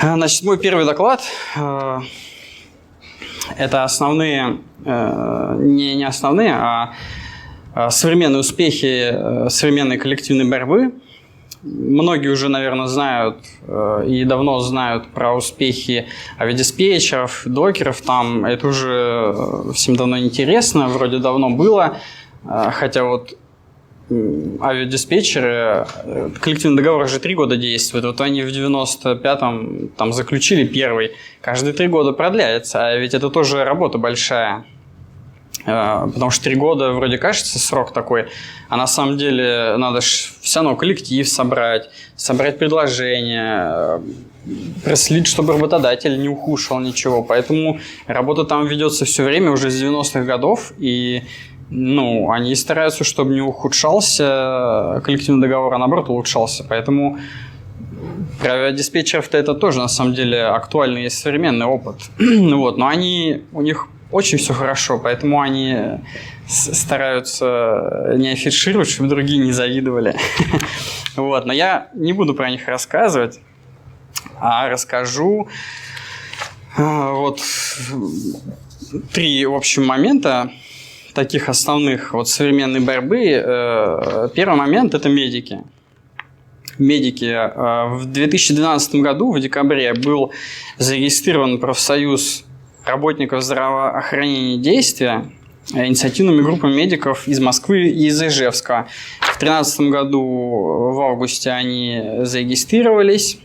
Значит, мой первый доклад это основные, не основные, а современные успехи современной коллективной борьбы. Многие уже, наверное, знают и давно знают про успехи авиадиспетчеров, докеров. Там это уже всем давно интересно, вроде давно было. Хотя вот авиадиспетчеры, коллективный договор уже 3 года действует. Вот они в 95-м там заключили первый. Каждые 3 года продляется, а ведь это тоже работа большая. Потому что 3 года вроде кажется срок такой, а на самом деле надо все равно коллектив собрать предложение, проследить, чтобы работодатель не ухудшил ничего. Поэтому работа там ведется все время, уже с 90-х годов, и они стараются, чтобы не ухудшался коллективный договор, а наоборот улучшался. Поэтому про авиадиспетчеров-то это тоже на самом деле актуальный и современный опыт. Но у них очень все хорошо, поэтому они стараются не афишировать, чтобы другие не завидовали. Но я не буду про них рассказывать, а расскажу 3, в общем, момента таких основных современной борьбы. Первый момент – это медики. В 2012 году, в декабре, был зарегистрирован профсоюз работников здравоохранения действия инициативными группами медиков из Москвы и из Ижевска. В 2013 году в августе они зарегистрировались.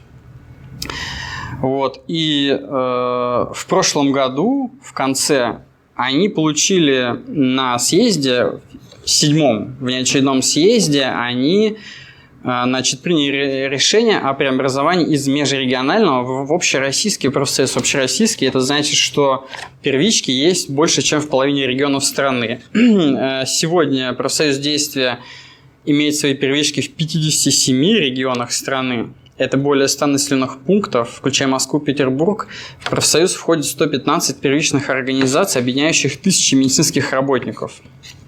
И в прошлом году, в конце, они получили на съезде, 7-м внеочередном съезде, они приняли решение о преобразовании из межрегионального в общероссийский профсоюз. Общероссийский – это значит, что первички есть больше, чем в половине регионов страны. Сегодня профсоюз действия имеет свои первички в 57 регионах страны. Это более 100 населенных пунктов, включая Москву, Петербург. В профсоюз входит 115 первичных организаций, объединяющих тысячи медицинских работников.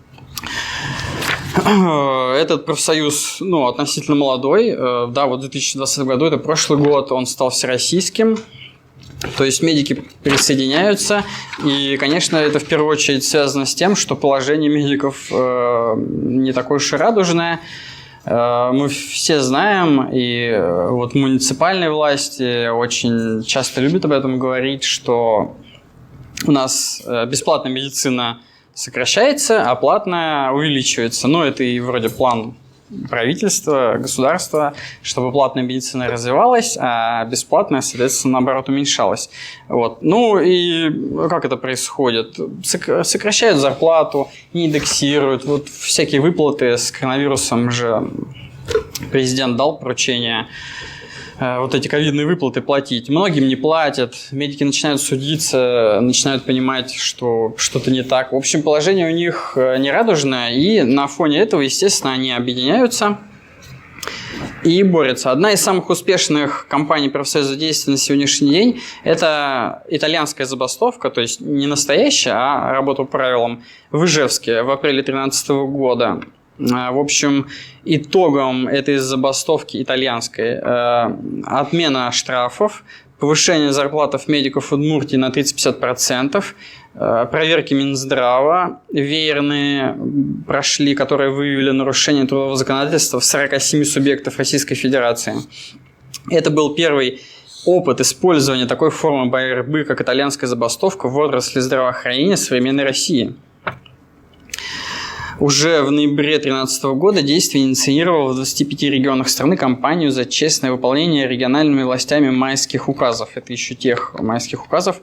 Этот профсоюз относительно молодой. В 2020 году, это прошлый год, он стал всероссийским. То есть медики присоединяются. И, конечно, это в первую очередь связано с тем, что положение медиков не такое уж и радужное. Мы все знаем, и муниципальные власти очень часто любят об этом говорить, что у нас бесплатная медицина сокращается, а платная увеличивается. Это и вроде план правительства, государства, чтобы платная медицина развивалась, а бесплатная, соответственно, наоборот, уменьшалась. И как это происходит? Сокращают зарплату, не индексируют. Всякие выплаты с коронавирусом же президент дал поручение эти ковидные выплаты платить. Многим не платят, медики начинают судиться, начинают понимать, что что-то не так. В общем, положение у них нерадужное, и на фоне этого, естественно, они объединяются и борются. Одна из самых успешных кампаний профсоюза действия на сегодняшний день – это итальянская забастовка, то есть не настоящая, а работа по правилам, в Ижевске в апреле 2013 года. В общем, итогом этой забастовки итальянской отмена штрафов, повышение зарплат медиков Удмуртии на 30-50%, проверки Минздрава веерные прошли, которые выявили нарушение трудового законодательства в 47 субъектов Российской Федерации. Это был первый опыт использования такой формы борьбы, как итальянская забастовка, в отрасли здравоохранения современной России. Уже в ноябре 2013 года действие инициировало в 25 регионах страны кампанию за честное выполнение региональными властями майских указов. Это еще тех майских указов.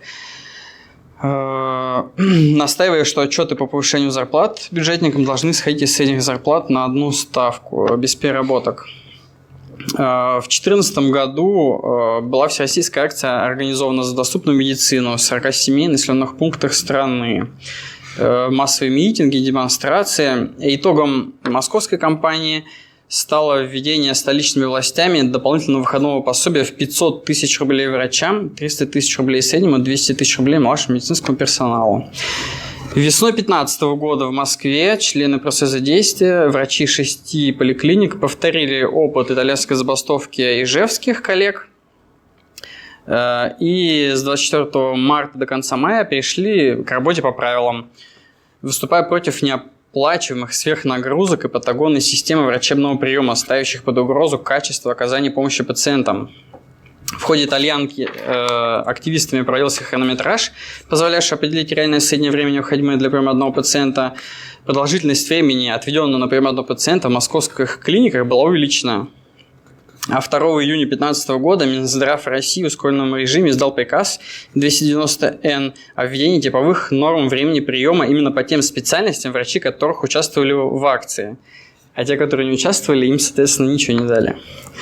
Настаивая, что отчеты по повышению зарплат бюджетникам должны исходить из средних зарплат на одну ставку, без переработок. В 2014 году была всероссийская акция, организована за доступную медицину в 47 населенных пунктах страны. Массовые митинги, демонстрации. Итогом московской кампании стало введение столичными властями дополнительного выходного пособия в 500 тысяч рублей врачам, 300 тысяч рублей среднему, 200 тысяч рублей младшему медицинскому персоналу. Весной 2015 года в Москве члены профсоюза действия, врачи 6 поликлиник повторили опыт итальянской забастовки ижевских коллег. и с 24 марта до конца мая перешли к работе по правилам, выступая против неоплачиваемых сверхнагрузок и патагонной системы врачебного приема, ставящих под угрозу качество оказания помощи пациентам. В ходе итальянки активистами проводился хронометраж, позволявший определить реальное среднее время, необходимое для приема одного пациента. Продолжительность времени, отведенного на прием одного пациента в московских клиниках, была увеличена. А 2 июня 2015 года Минздрав России в ускоренном режиме издал приказ 290-Н о введении типовых норм времени приема именно по тем специальностям, врачи которых участвовали в акции. А те, которые не участвовали, им, соответственно, ничего не дали.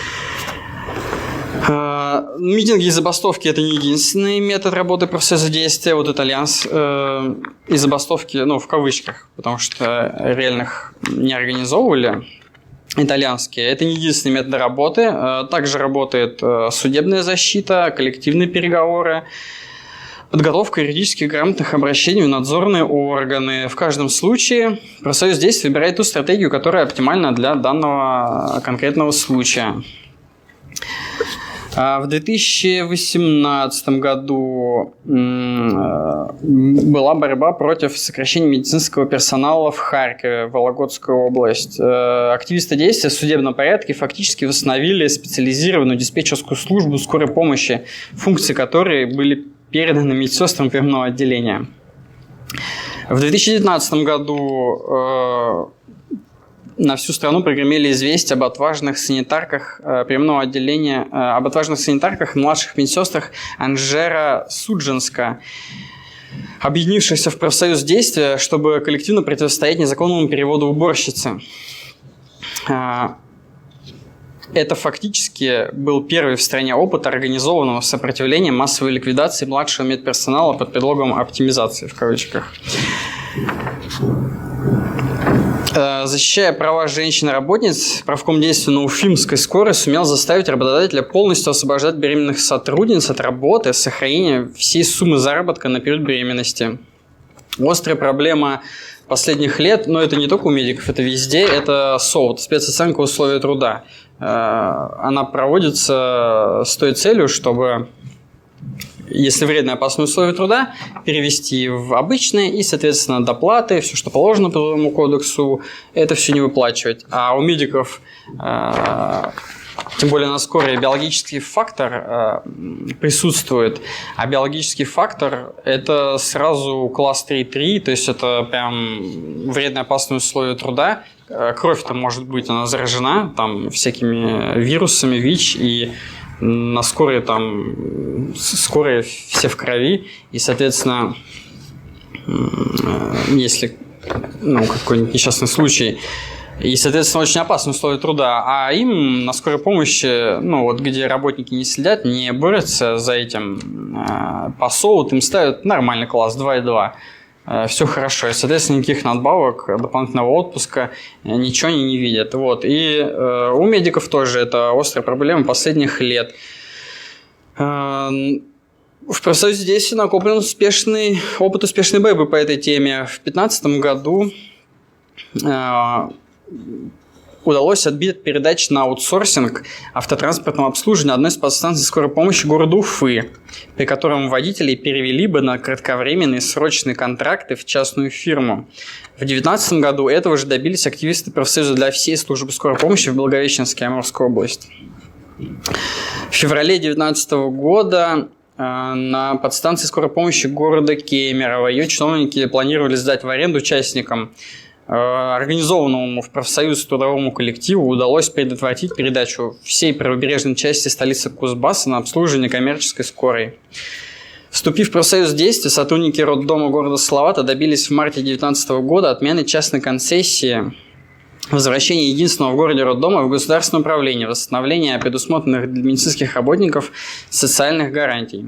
Митинги и забастовки – это не единственный метод работы профсоюза действия. Вот итальянс и забастовки, в кавычках, потому что реальных не организовывали. Итальянские – это не единственный метод работы. Также работает судебная защита, коллективные переговоры, подготовка юридически грамотных обращений в надзорные органы. В каждом случае профсоюз действия выбирает ту стратегию, которая оптимальна для данного конкретного случая. В 2018 году была борьба против сокращения медицинского персонала в Харькове, Вологодская область. Активисты действия в судебном порядке фактически восстановили специализированную диспетчерскую службу скорой помощи, функции которой были переданы медсестрам приемного отделения. В 2019 году на всю страну прогремели известия об отважных санитарках приемного отделения, об отважных санитарках и младших медсестрах Анжера Судженска, объединившихся в профсоюз действия, чтобы коллективно противостоять незаконному переводу уборщицы. Это фактически был первый в стране опыт организованного сопротивления массовой ликвидации младшего медперсонала под предлогом оптимизации, в кавычках. Защищая права женщин-работниц, правком действия Уфимской скорой сумел заставить работодателя полностью освобождать беременных сотрудниц от работы с сохранением всей суммы заработка на период беременности. Острая проблема последних лет, но это не только у медиков, это везде, это СОУТ, спецоценка условий труда. Она проводится с той целью, чтобы, если вредные опасные условия труда, перевести в обычные и, соответственно, доплаты, все, что положено по Трудовому кодексу, это все не выплачивать. А у медиков, тем более на скорой, биологический фактор присутствует. А биологический фактор – это сразу класс 3.3, то есть это прям вредные опасные условия труда. Кровь-то, может быть, она заражена там всякими вирусами, ВИЧ, и на скорой скорые все в крови, и, соответственно, если какой-нибудь несчастный случай, и, соответственно, очень опасные условия труда, а им на скорой помощи, где работники не следят, не борются за этим, по СОУТ им ставят нормальный класс 2,2. Все хорошо, и, соответственно, никаких надбавок, дополнительного отпуска, ничего они не видят. И у медиков тоже это острая проблема последних лет. В профсоюзе действия накоплен опыт успешной борьбы по этой теме. В 2015 году удалось отбить передачи на аутсорсинг автотранспортного обслуживания одной из подстанций скорой помощи города Уфы, при котором водителей перевели бы на кратковременные срочные контракты в частную фирму. В 2019 году этого же добились активисты профсоюза для всей службы скорой помощи в Благовещенской Амурской области. В феврале 2019 года на подстанции скорой помощи города Кемерово ее чиновники планировали сдать в аренду участникам. Организованному в профсоюз трудовому коллективу удалось предотвратить передачу всей правобережной части столицы Кузбасса на обслуживание коммерческой скорой. Вступив в профсоюз действия, сотрудники роддома города Салавата добились в марте 2019 года отмены частной концессии, возвращения единственного в городе роддома в государственное управление, восстановления предусмотренных для медицинских работников социальных гарантий.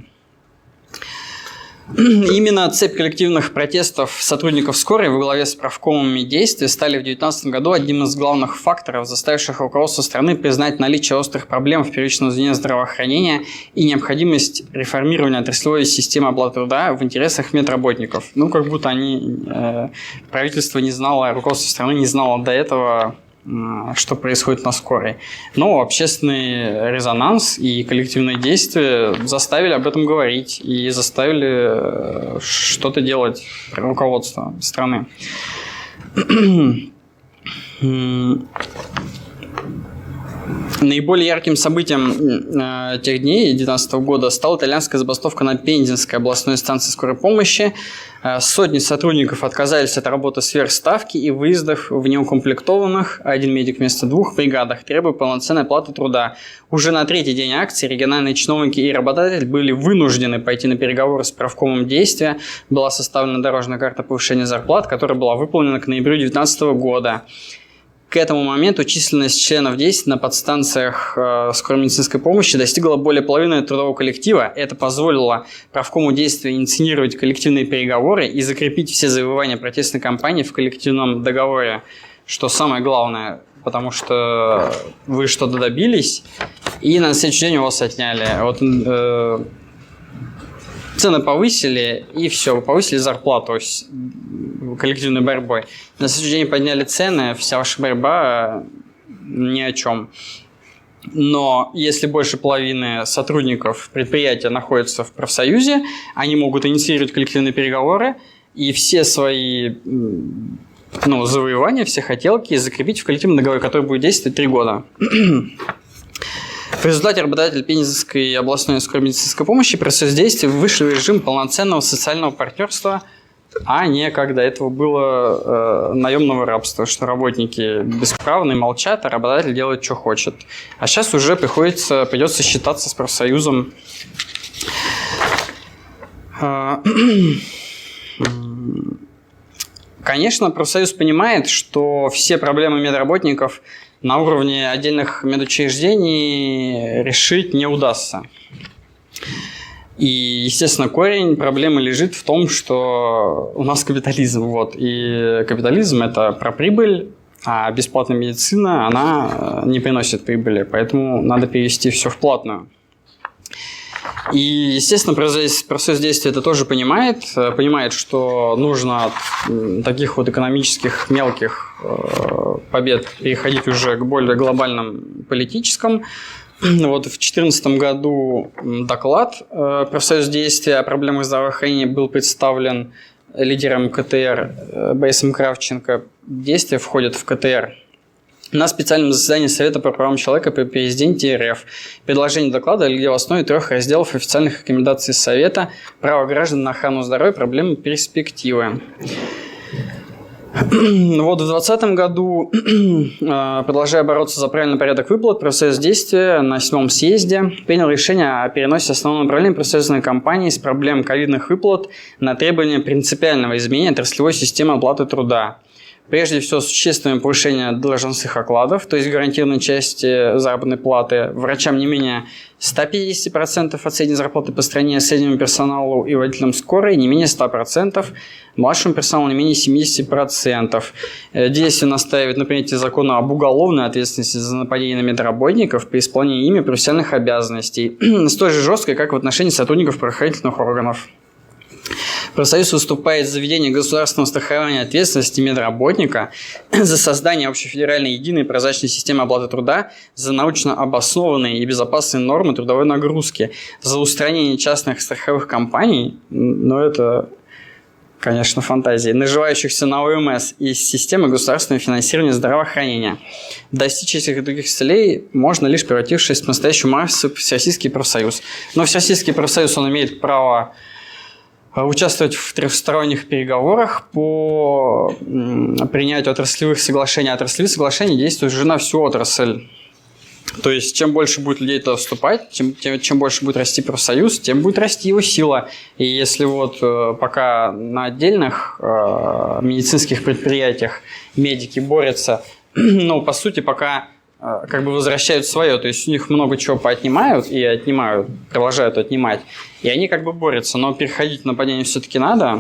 Именно цепь коллективных протестов сотрудников скорой во главе с правкомами действия стали в 2019 году одним из главных факторов, заставивших руководство страны признать наличие острых проблем в первичном звене здравоохранения и необходимость реформирования отраслевой системы оплаты труда в интересах медработников. Как будто правительство не знало, руководство страны не знало до этого что происходит на скорой. Но общественный резонанс и коллективные действия заставили об этом говорить и заставили что-то делать руководство страны. Наиболее ярким событием тех дней 2019 года стала итальянская забастовка на Пензенской областной станции скорой помощи. Сотни сотрудников отказались от работы сверх ставки и выездов в неукомплектованных, один медик вместо двух, бригадах, требуя полноценной оплаты труда. Уже на третий день акции региональные чиновники и работодатели были вынуждены пойти на переговоры с правкомом действия. Была составлена дорожная карта повышения зарплат, которая была выполнена к ноябрю 2019 года. К этому моменту численность членов действий на подстанциях скорой медицинской помощи достигла более половины трудового коллектива. Это позволило правкому действия инициировать коллективные переговоры и закрепить все завоевания протестной кампании в коллективном договоре, что самое главное, потому что вы что-то добились, и на следующий день у вас отняли. Цены повысили, и все, повысили зарплату коллективной борьбой. На следующий день подняли цены, вся ваша борьба ни о чем. Но если больше половины сотрудников предприятия находятся в профсоюзе, они могут инициировать коллективные переговоры и все свои завоевания, все хотелки закрепить в коллективном договоре, который будет действовать 3 года. В результате работодатели Пензенской областной скорой медицинской помощи профсоюз действий вышли в режим полноценного социального партнерства, а не как до этого было наемного рабства, что работники бесправны, молчат, а работодатель делает, что хочет. А сейчас уже придется считаться с профсоюзом. Конечно, профсоюз понимает, что все проблемы медработников на уровне отдельных медучреждений решить не удастся. И, естественно, корень проблемы лежит в том, что у нас капитализм. И капитализм – это про прибыль, а бесплатная медицина, она не приносит прибыли. Поэтому надо перевести все в платную. И, естественно, профсоюз действия это тоже понимает, что нужно от таких экономических мелких побед переходить уже к более глобальным политическим. В 2014 году доклад профсоюз действия о проблемах здравоохранения был представлен лидером КТР Борисом Кравченко. Действия входят в КТР. На специальном заседании Совета по правам человека при президенте РФ предложение доклада легли в основе 3 разделов официальных рекомендаций Совета: право граждан на охрану здоровья, проблемы, перспективы. В 2020 году, продолжая бороться за правильный порядок выплат, профсоюз действия на 7-м съезде принял решение о переносе основного направления профсоюзной кампании с проблем ковидных выплат на требования принципиального изменения отраслевой системы оплаты труда. Прежде всего, существенное повышение должностных окладов, то есть гарантированной части заработной платы, врачам не менее 150% от средней зарплаты по стране, среднему персоналу и водителям скорой не менее 100%, младшему персоналу не менее 70%. Действие настаивает на принятии закона об уголовной ответственности за нападение на медработников при исполнении ими профессиональных обязанностей, столь же жесткой, как в отношении сотрудников правоохранительных органов. Профсоюз выступает за введение государственного страхования ответственности медработника, за создание общефедеральной единой прозрачной системы оплаты труда, за научно обоснованные и безопасные нормы трудовой нагрузки, за устранение частных страховых компаний, но это, конечно, фантазии, наживающихся на ОМС из системы государственного финансирования здравоохранения. Достичь этих и других целей можно лишь превратившись в настоящую массу Всероссийский профсоюз. Но Всероссийский профсоюз, он имеет право участвовать в трехсторонних переговорах по принятию отраслевых соглашений. Отраслевые соглашения действуют уже на всю отрасль. То есть, чем больше будет людей туда вступать, чем больше будет расти профсоюз, тем будет расти его сила. И если пока на отдельных медицинских предприятиях медики борются, по сути, пока возвращают свое, то есть у них много чего поотнимают и продолжают отнимать, и они борются, но переходить на нападение все-таки надо,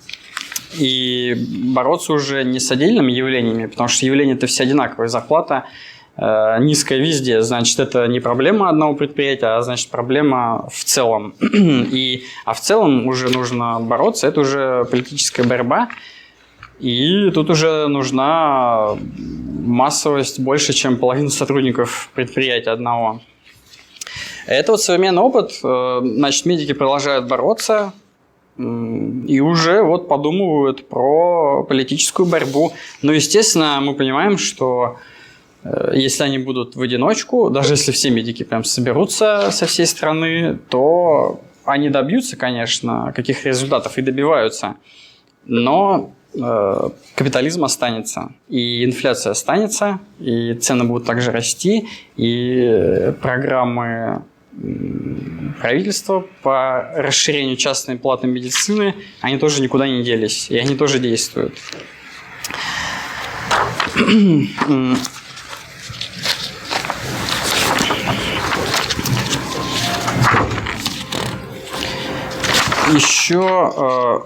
и бороться уже не с отдельными явлениями, потому что явления-то все одинаковые, зарплата низкая везде, значит, это не проблема одного предприятия, а значит, проблема в целом, а в целом уже нужно бороться, это уже политическая борьба. И тут уже нужна массовость больше, чем половину сотрудников предприятия одного. Это вот современный опыт. Значит, медики продолжают бороться и уже вот подумывают про политическую борьбу. Но, естественно, мы понимаем, что если они будут в одиночку, даже если все медики прям соберутся со всей страны, то они добьются, конечно, каких результатов и добиваются. Но капитализм останется, и инфляция останется, и цены будут также расти, и программы правительства по расширению частной платной медицины, они тоже никуда не делись, и они тоже действуют. Еще,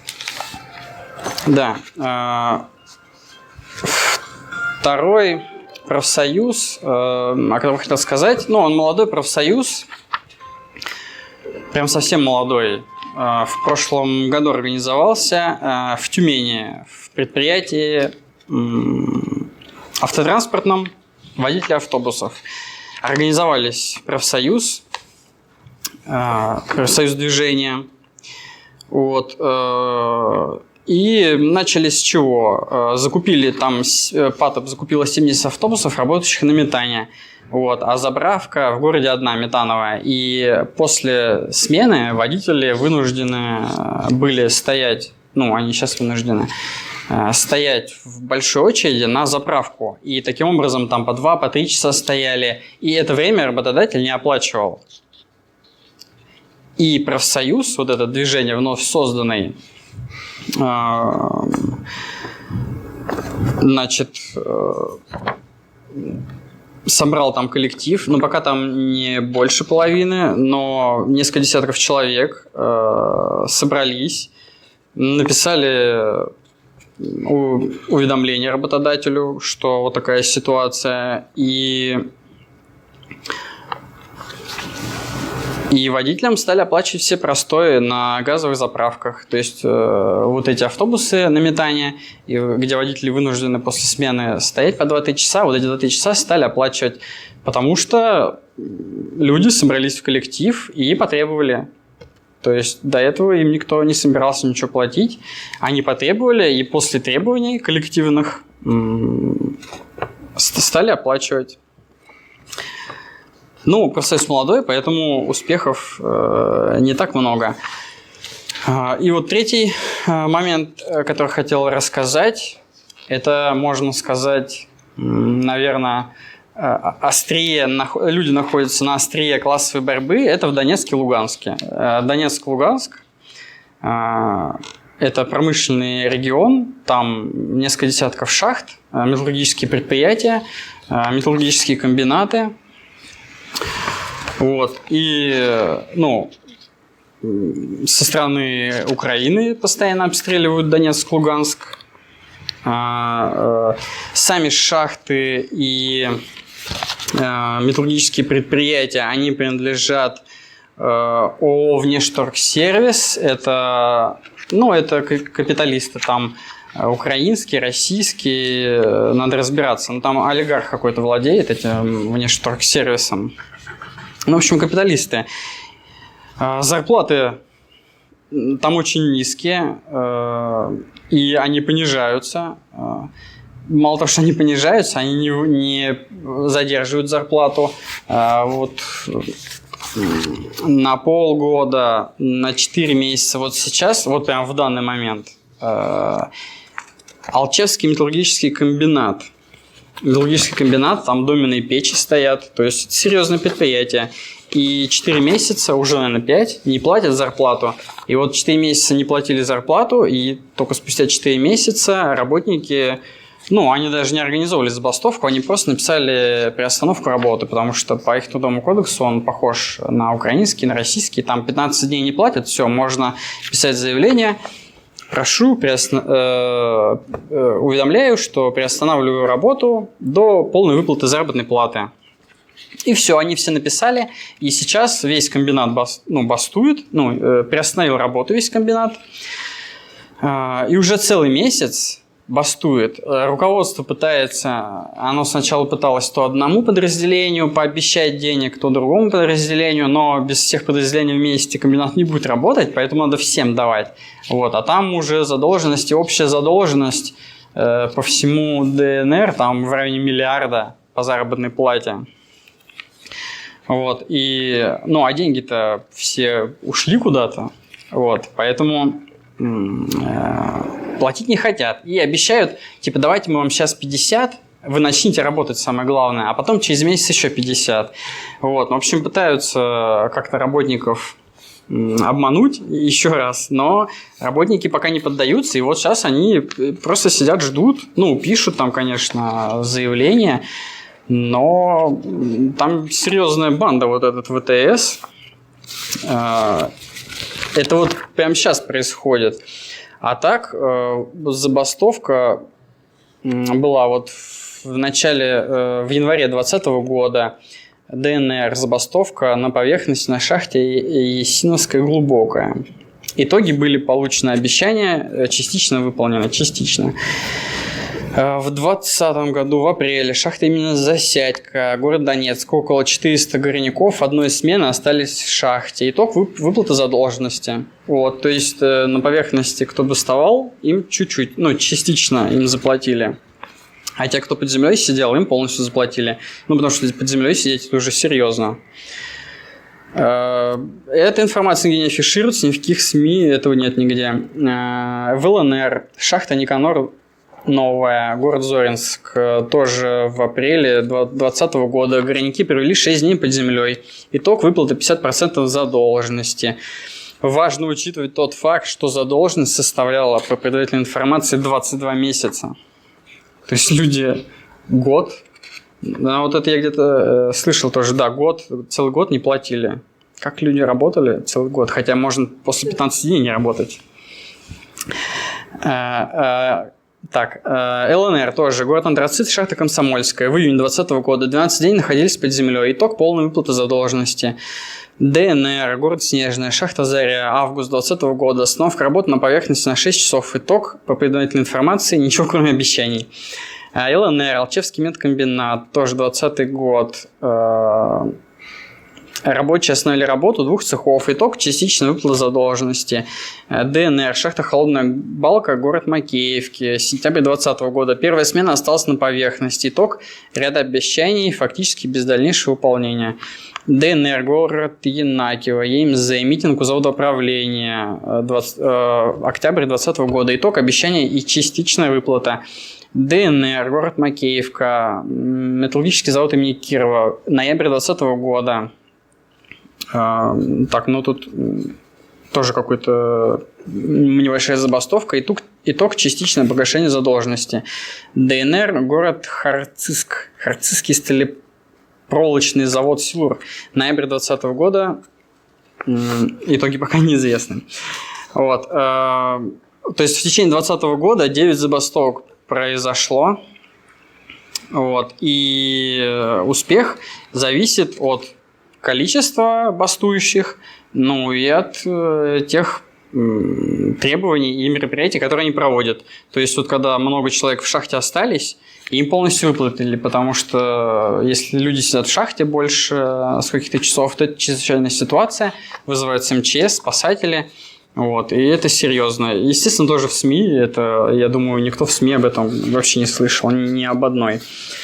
второй профсоюз, о котором хотел сказать, он молодой профсоюз, прям совсем молодой. В прошлом году организовался в Тюмени, в предприятии автотранспортном, водителей автобусов. Организовались профсоюз движения. Вот. И начали с чего? Закупили там, ПАТОП закупила 70 автобусов, работающих на метане. Вот. А заправка в городе одна, метановая. И после смены водители вынуждены были стоять, они сейчас вынуждены стоять в большой очереди на заправку. И таким образом там по 2-3 часа стояли. И это время работодатель не оплачивал. И профсоюз, вот это движение вновь созданный, собрал там коллектив, пока там не больше половины, но несколько десятков человек собрались, написали уведомление работодателю, что вот такая ситуация, и водителям стали оплачивать все простои на газовых заправках. То есть вот эти автобусы на метане, где водители вынуждены после смены стоять по 2-3 часа, вот эти 2-3 часа стали оплачивать, потому что люди собрались в коллектив и потребовали. То есть до этого им никто не собирался ничего платить. Они потребовали, и после требований коллективных стали оплачивать. Профсоюз молодой, поэтому успехов не так много. И вот третий момент, который хотел рассказать, это, можно сказать, наверное, люди находятся на острие классовой борьбы, это в Донецке и Луганске. Донецк-Луганск – это промышленный регион, там несколько десятков шахт, металлургические предприятия, металлургические комбинаты. Вот. И, со стороны Украины постоянно обстреливают Донецк, Луганск. Сами шахты и металлургические предприятия, они принадлежат ООО «Внешторгсервис». Это капиталисты там украинские, российские, надо разбираться. Там олигарх какой-то владеет этим «Внешторгсервисом». В общем, капиталисты. Зарплаты там очень низкие, и они понижаются. Мало того, что они понижаются, они не задерживают зарплату. Вот на полгода, на 4 месяца, вот сейчас, вот прямо в данный момент, Алчевский металлургический комбинат. Металлургический комбинат, там доменные печи стоят, то есть серьезное предприятие. И 4 месяца, уже, наверное, 5, не платят зарплату. И вот 4 месяца не платили зарплату, и только спустя 4 месяца работники, они даже не организовывали забастовку, они просто написали приостановку работы, потому что по их трудовому кодексу он похож на украинский, на российский, там 15 дней не платят, все, можно писать заявление. Прошу, уведомляю, что приостанавливаю работу до полной выплаты заработной платы. И все, они все написали, и сейчас весь комбинат бастует, приостановил работу весь комбинат. И уже целый месяц бастует. Руководство пытается, оно сначала пыталось то одному подразделению пообещать денег, то другому подразделению, но без всех подразделений вместе комбинат не будет работать, поэтому надо всем давать. Вот. А там уже задолженность, общая задолженность по всему ДНР, там в районе миллиарда по заработной плате. Вот. И, ну, а деньги-то все ушли куда-то. Вот. Поэтому платить не хотят. И обещают, типа, давайте мы вам сейчас 50, вы начните работать, самое главное, а потом через месяц еще 50. Вот. В общем, пытаются как-то работников обмануть еще раз, но работники пока не поддаются, и вот сейчас они просто сидят, ждут, ну, пишут там, конечно, заявления, но там серьезная банда, вот этот ВТС. Это вот прямо сейчас происходит. А так, забастовка была вот в начале, в январе 2020 года. ДНР, забастовка на поверхности на шахте Есиновская глубокая. Итоги были получены, обещания частично выполнены, частично. В 2020 году, в апреле, шахта именно Засядька, город Донецк, около 400 горняков одной смены остались в шахте. Итог выплаты задолженности. Вот, то есть на поверхности, кто доставал, им чуть-чуть, ну, частично им заплатили. А те, кто под землей сидел, им полностью заплатили. Ну, потому что под землей сидеть это уже серьезно. Эта информация нигде не афишируется, ни в каких СМИ этого нет нигде. В ЛНР шахта Никанор новая, город Зоринск, тоже в апреле 2020 года горняки провели 6 дней под землей. Итог выплаты 50% задолженности. Важно учитывать тот факт, что задолженность составляла, по предварительной информации, 22 месяца. То есть люди год, вот это я где-то слышал тоже, да, целый год не платили. Как люди работали целый год, хотя можно после 15 дней не работать. Так, ЛНР тоже, город Антрацит, шахта Комсомольская. В июне 2020 года 12 дней находились под землей. Итог полной выплаты задолженности. ДНР, город Снежная, шахта Заря, август 2020 года. Остановка работы на поверхности на 6 часов. Итог, по предварительной информации, ничего кроме обещаний. ЛНР, Алчевский медкомбинат, тоже 2020 год. Рабочие остановили работу 2 цехов. Итог частично выплата задолженности. ДНР, шахта Холодная Балка, город Макеевки. Сентябрь 2020 года. Первая смена осталась на поверхности. Итог ряда обещаний, фактически без дальнейшего выполнения. ДНР, город Янакиево, ЕМЗ, митинг у завода управления. Октябрь 2020 года. Итог обещания и частичная выплата. ДНР, город Макеевка, металлургический завод имени Кирова. Ноябрь 2020 года. Так, ну тут тоже какой-то небольшая забастовка. Итог частичное погашение задолженности. ДНР, город Харциск. Харцизский сталепроволочный завод «Силур». Ноябрь 2020 года. Итоги пока неизвестны. Вот. То есть в течение 2020 года 9 забастовок произошло. Вот. И успех зависит от количества бастующих, ну и от тех требований и мероприятий, которые они проводят. То есть вот когда много человек в шахте остались, им полностью выплатили, потому что если люди сидят в шахте больше с каких-то часов, то это чрезвычайная ситуация, вызываются МЧС, спасатели. Вот, и это серьезно. Естественно, тоже в СМИ, это, я думаю, никто в СМИ об этом вообще не слышал, ни об одной.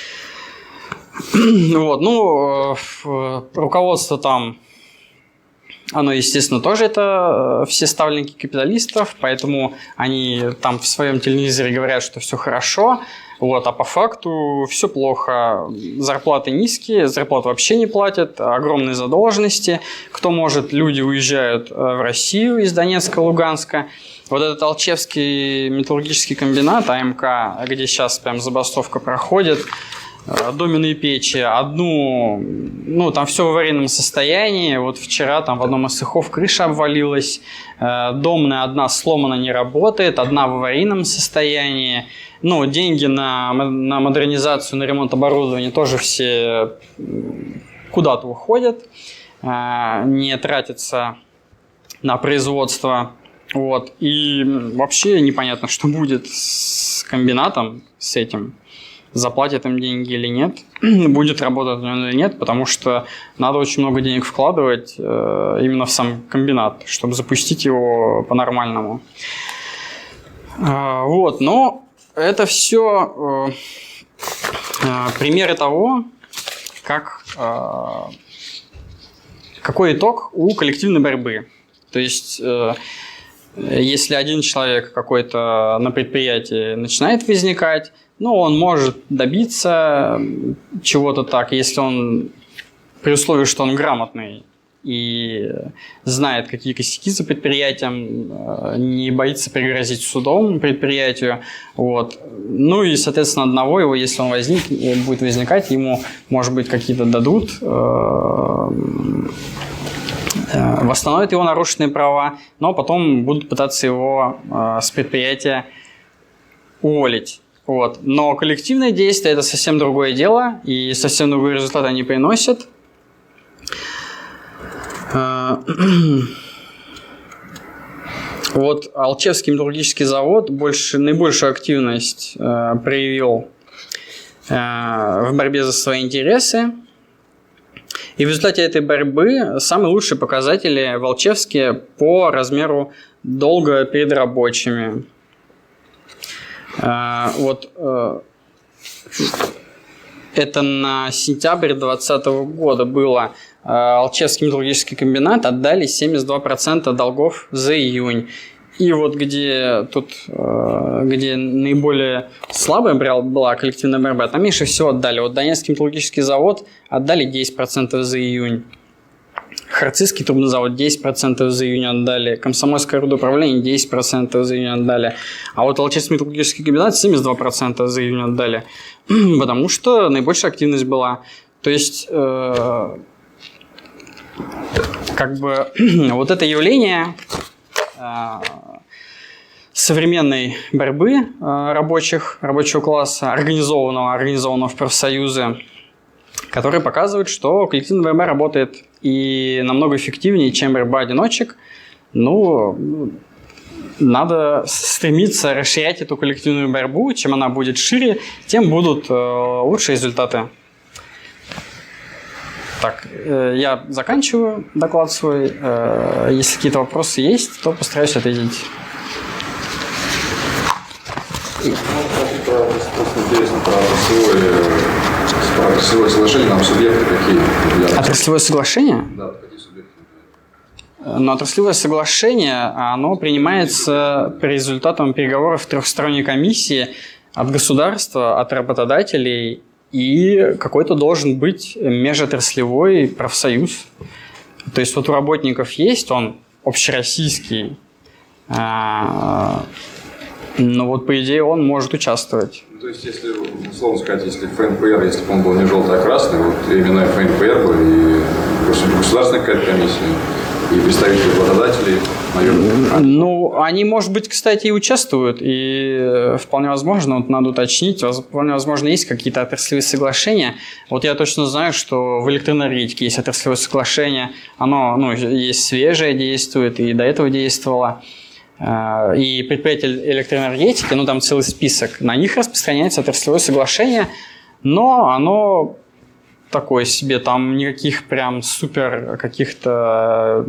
Вот, ну, руководство там, оно, естественно, тоже это все ставленники капиталистов, поэтому они там в своем телевизоре говорят, что все хорошо, вот, а по факту все плохо. Зарплаты низкие, зарплат вообще не платят, огромные задолженности. Кто может, люди уезжают в Россию из Донецка, Луганска. Вот этот Алчевский металлургический комбинат, АМК, где сейчас прям забастовка проходит, доменные печи, одну, ну, там все в аварийном состоянии. Вот вчера там в одном из цехов крыша обвалилась, домная одна сломана, не работает, одна в аварийном состоянии. Ну, деньги на модернизацию, на ремонт оборудования тоже все куда-то уходят, не тратятся на производство. Вот. И вообще непонятно, что будет с комбинатом, с этим. Заплатят им деньги или нет, будет работать он или нет, потому что надо очень много денег вкладывать именно в сам комбинат, чтобы запустить его по-нормальному. Вот, но это все примеры того, какой итог у коллективной борьбы. То есть, если один человек какой-то на предприятии начинает возникать, ну, он может добиться чего-то так, если он, при условии, что он грамотный и знает, какие косяки за предприятием, не боится пригрозить судом предприятию. Вот. Ну и, соответственно, одного его, если он будет возникать, ему, может быть, какие-то дадут, восстановят его нарушенные права, но потом будут пытаться его с предприятия уволить. Вот. Но коллективное действие – это совсем другое дело, и совсем другой результат они приносят. Вот Алчевский металлургический завод наибольшую активность проявил в борьбе за свои интересы. И в результате этой борьбы самые лучшие показатели в Алчевске по размеру долга перед рабочими. Вот это на сентябрь 2020 года было. Алчевский металлургический комбинат отдали 72% долгов за июнь. И вот где наиболее слабая была коллективная борьба, там меньше всего отдали. Вот Донецкий металлургический завод отдали 10% за июнь. Харцизский трубный завод 10% за июнь отдали. Комсомольское рудоуправление 10% за июнь отдали. А вот Алчевский металлургический комбинат 72% за июнь отдали. Потому что наибольшая активность была. То есть, вот это явление современной борьбы рабочего класса, организованного в профсоюзы, которые показывают, что коллективная борьба работает и намного эффективнее, чем борьба одиночек. Ну, надо стремиться расширять эту коллективную борьбу. Чем она будет шире, тем будут лучшие результаты. Так, я заканчиваю доклад свой. Если какие-то вопросы есть, то постараюсь ответить. Просто интересно про отраслевое соглашение, нам субъекты какие? Отраслевое соглашение? Да, какие субъекты? Но отраслевое соглашение, оно принимается по результатам переговоров трехсторонней комиссии от государства, от работодателей, и какой-то должен быть межотраслевой профсоюз. То есть вот у работников есть, он общероссийский, но вот по идее он может участвовать. То есть, если, условно сказать, если ФНПР, если бы он был не желтый, а красный, вот именно ФНПР бы и государственная какая-то комиссия, и представители работодателей, наверное. Ну, они, может быть, кстати, и участвуют, и вполне возможно, вот надо уточнить, вполне возможно, есть какие-то отраслевые соглашения. Вот я точно знаю, что в электроэнергетике есть отраслевое соглашение, оно, есть свежее, действует, и до этого действовало. И предприятия электроэнергетики, там целый список, на них распространяется отраслевое соглашение, но оно такое себе, там никаких прям супер каких-то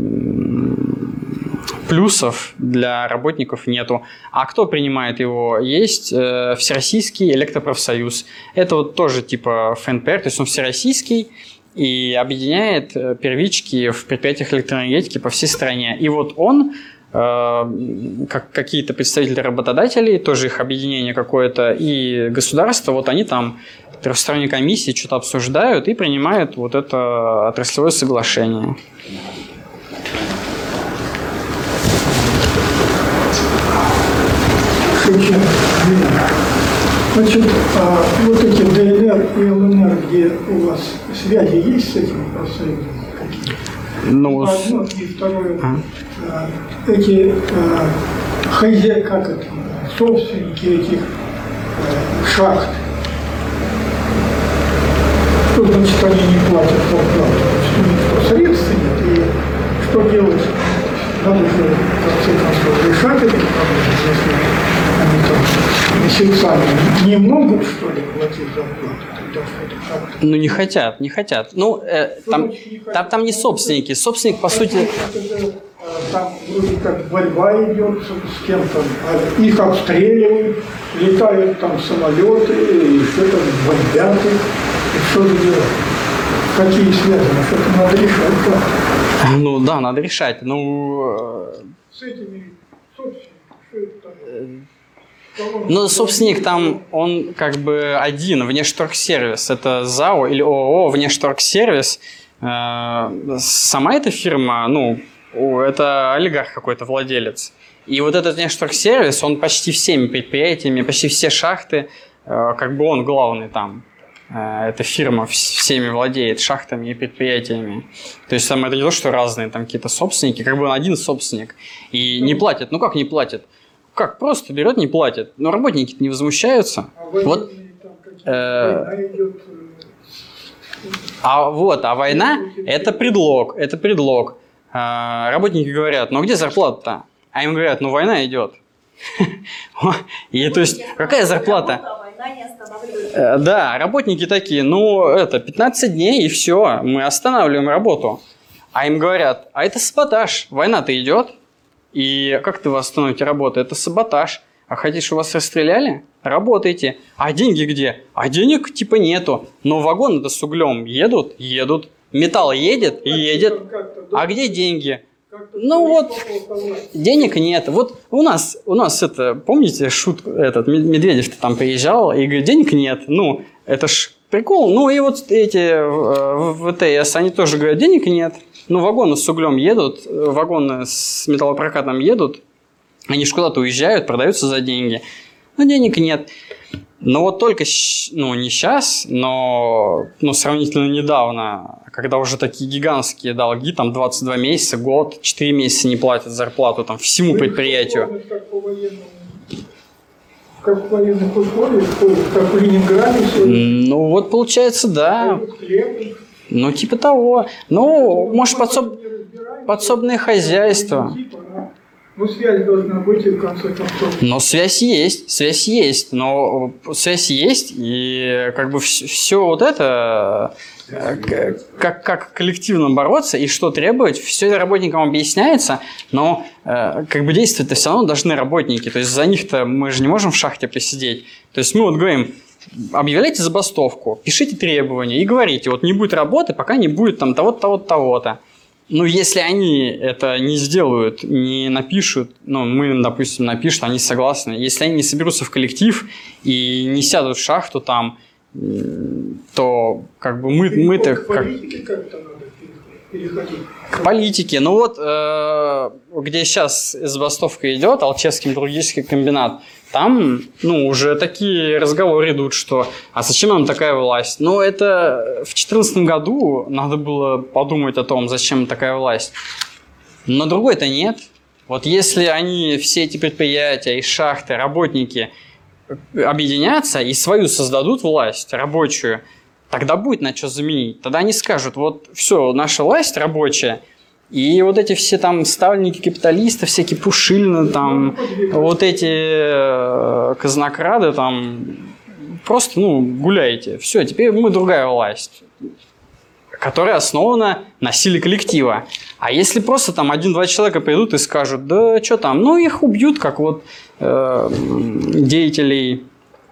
плюсов для работников нету. А кто принимает его? Есть Всероссийский электропрофсоюз. Это вот тоже типа ФНПР, то есть он всероссийский и объединяет первички в предприятиях электроэнергетики по всей стране. И вот он, как какие-то представители работодателей, тоже их объединение какое-то, и государство, вот они там в трехсторонней комиссии что-то обсуждают и принимают вот это отраслевое соглашение. Значит, вот эти ДНР и ЛНР, где у вас связи есть с этими профсоюзами какие-то? Ну, одно, и второе, эти собственники этих шахт, что значит они не платят зарплату? Что у них средств нет, и что делать? надо же, в конце концов, решать эту проблему, если они там месяцами не могут, что ли, платить зарплату, тогда что-то как-то. Ну, не хотят. Ну, там не собственники. Собственник, по сути... Там вроде как борьба идет с кем-то, их обстреливают, летают там самолеты, и что-то бомбят их, и что же делать? Какие связи? Что-то надо решать как-то. Ну да, надо решать. Ну, с этими собственниками, что это такое? ну, собственник там, он как бы один, Внешторгсервис. Это ЗАО или ООО Внешторгсервис. Сама эта фирма, ну, это олигарх какой-то, владелец. И вот этот Внешторгсервис, он почти всеми предприятиями, почти все шахты, как бы он главный там. Эта фирма всеми владеет шахтами и предприятиями. То есть там это не то, что разные там какие-то собственники, как бы он один собственник. И не платит. Ну как не платит? Как? Просто берет, не платит. Но работники-то не возмущаются. А война это предлог. Это предлог. Работники говорят, ну а где зарплата-то? А им говорят, ну война идет. И то есть, какая зарплата? Да, работники такие, ну это 15 дней и все, мы останавливаем работу. А им говорят, а это саботаж, война-то идет. И как ты восстановите работу? Это саботаж. А хотите, чтобы вас расстреляли? Работайте. А деньги где? А денег типа нету. Но вагоны-то с углем едут. Металл едет и едет. А где деньги? Ну вот, денег нет. Вот у нас это, помните, шутку, этот Медведев-то там приезжал и говорит, денег нет. Ну, это ж прикол. Ну и вот эти ВТС, они тоже говорят, денег нет. Ну, вагоны с углем едут, вагоны с металлопрокатом едут. Они ж куда-то уезжают, продаются за деньги. Но денег нет. Но вот только, ну, не сейчас, но сравнительно недавно, когда уже такие гигантские долги, там 22 месяца, год, 4 месяца не платят зарплату там всему предприятию. Как в военных условиях, как в Ленинграде сегодня. Ну вот получается, да. Ну типа того. Ну, может, подсобное хозяйство. Ну, связь должна быть, и в конце концов. Но связь есть, но связь есть, и как бы все вот это, как коллективно бороться и что требовать, все это работникам объясняется, но как бы действовать-то все равно должны работники, то есть за них-то мы же не можем в шахте присидеть, то есть мы вот говорим, объявляйте забастовку, пишите требования и говорите, вот не будет работы, пока не будет там того-то, того-то. Ну, если они это не сделают, не напишут, ну, мы, допустим, напишут, они согласны. Если они не соберутся в коллектив и не сядут в шахту там, то как бы мы-то... К политике как-то надо переходить. К политике. Ну вот, где сейчас забастовка идет, Алчевский металлургический комбинат, там, ну, уже такие разговоры идут, что а зачем нам такая власть? Ну, это в 2014 году надо было подумать о том, зачем такая власть. Но другой-то нет. Вот если они, все эти предприятия и шахты, работники объединятся и свою создадут власть рабочую, тогда будет на что заменить. Тогда они скажут, вот все, наша власть рабочая, и вот эти все там ставленники капиталистов, всякие Пушилины, там, вот эти казнокрады, там, просто, ну, гуляйте. Все, теперь мы другая власть, которая основана на силе коллектива. А если просто там 1-2 человека придут и скажут, да что там, ну, их убьют, как вот деятелей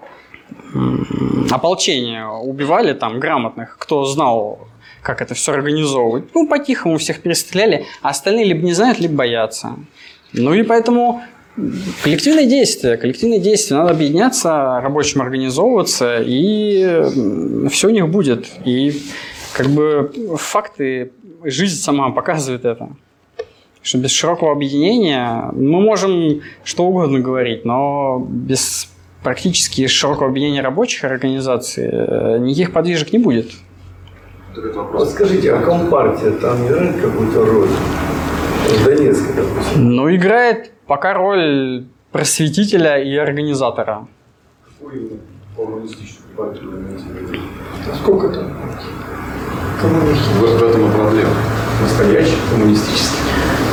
ополчения убивали там грамотных, кто знал, как это все организовывать. Ну, по-тихому всех перестреляли, а остальные либо не знают, либо боятся. Ну и поэтому коллективные действия, надо объединяться, рабочим организовываться, и все у них будет. И как бы факты, жизнь сама показывает это. Что без широкого объединения мы можем что угодно говорить, но без практически широкого объединения рабочих организаций никаких подвижек не будет. Вот скажите, а Компартия там играет какую-то роль? В Донецке, допустим. Ну, играет пока роль просветителя и организатора. Какую коммунистическую партию вы имеете в виду? А сколько там коммунистов? В этом и проблема. Настоящий коммунистический.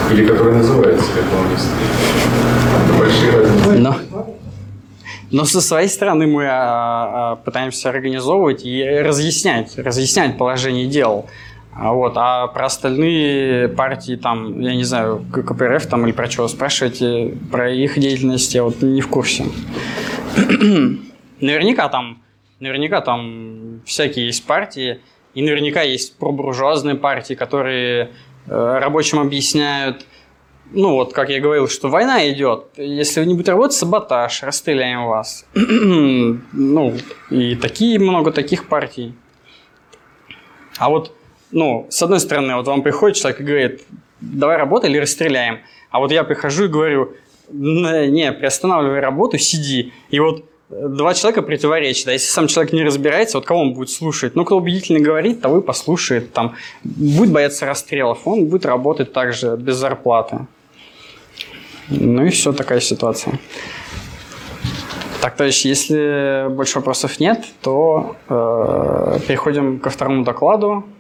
Или который называется как коммунист. Это большие разницы. Но со своей стороны мы пытаемся организовывать и разъяснять положение дел. А про остальные партии, там, я не знаю, КПРФ там, или про чего спрашиваете, про их деятельность я вот не в курсе. Наверняка там всякие есть партии, и наверняка есть пробуржуазные партии, которые рабочим объясняют, ну вот, как я говорил, что война идет, если вы не будете работать, саботаж, расстреляем вас. Ну, и много таких партий. А вот, ну, с одной стороны, вот вам приходит человек и говорит, давай работай или расстреляем. А вот я прихожу и говорю, не, приостанавливай работу, сиди. И вот два человека противоречат. А если сам человек не разбирается, вот кого он будет слушать? Ну, кто убедительно говорит, того и послушает. Там, будет бояться расстрелов, он будет работать также без зарплаты. Ну и все, такая ситуация. Так, товарищи, если больше вопросов нет, то переходим ко второму докладу.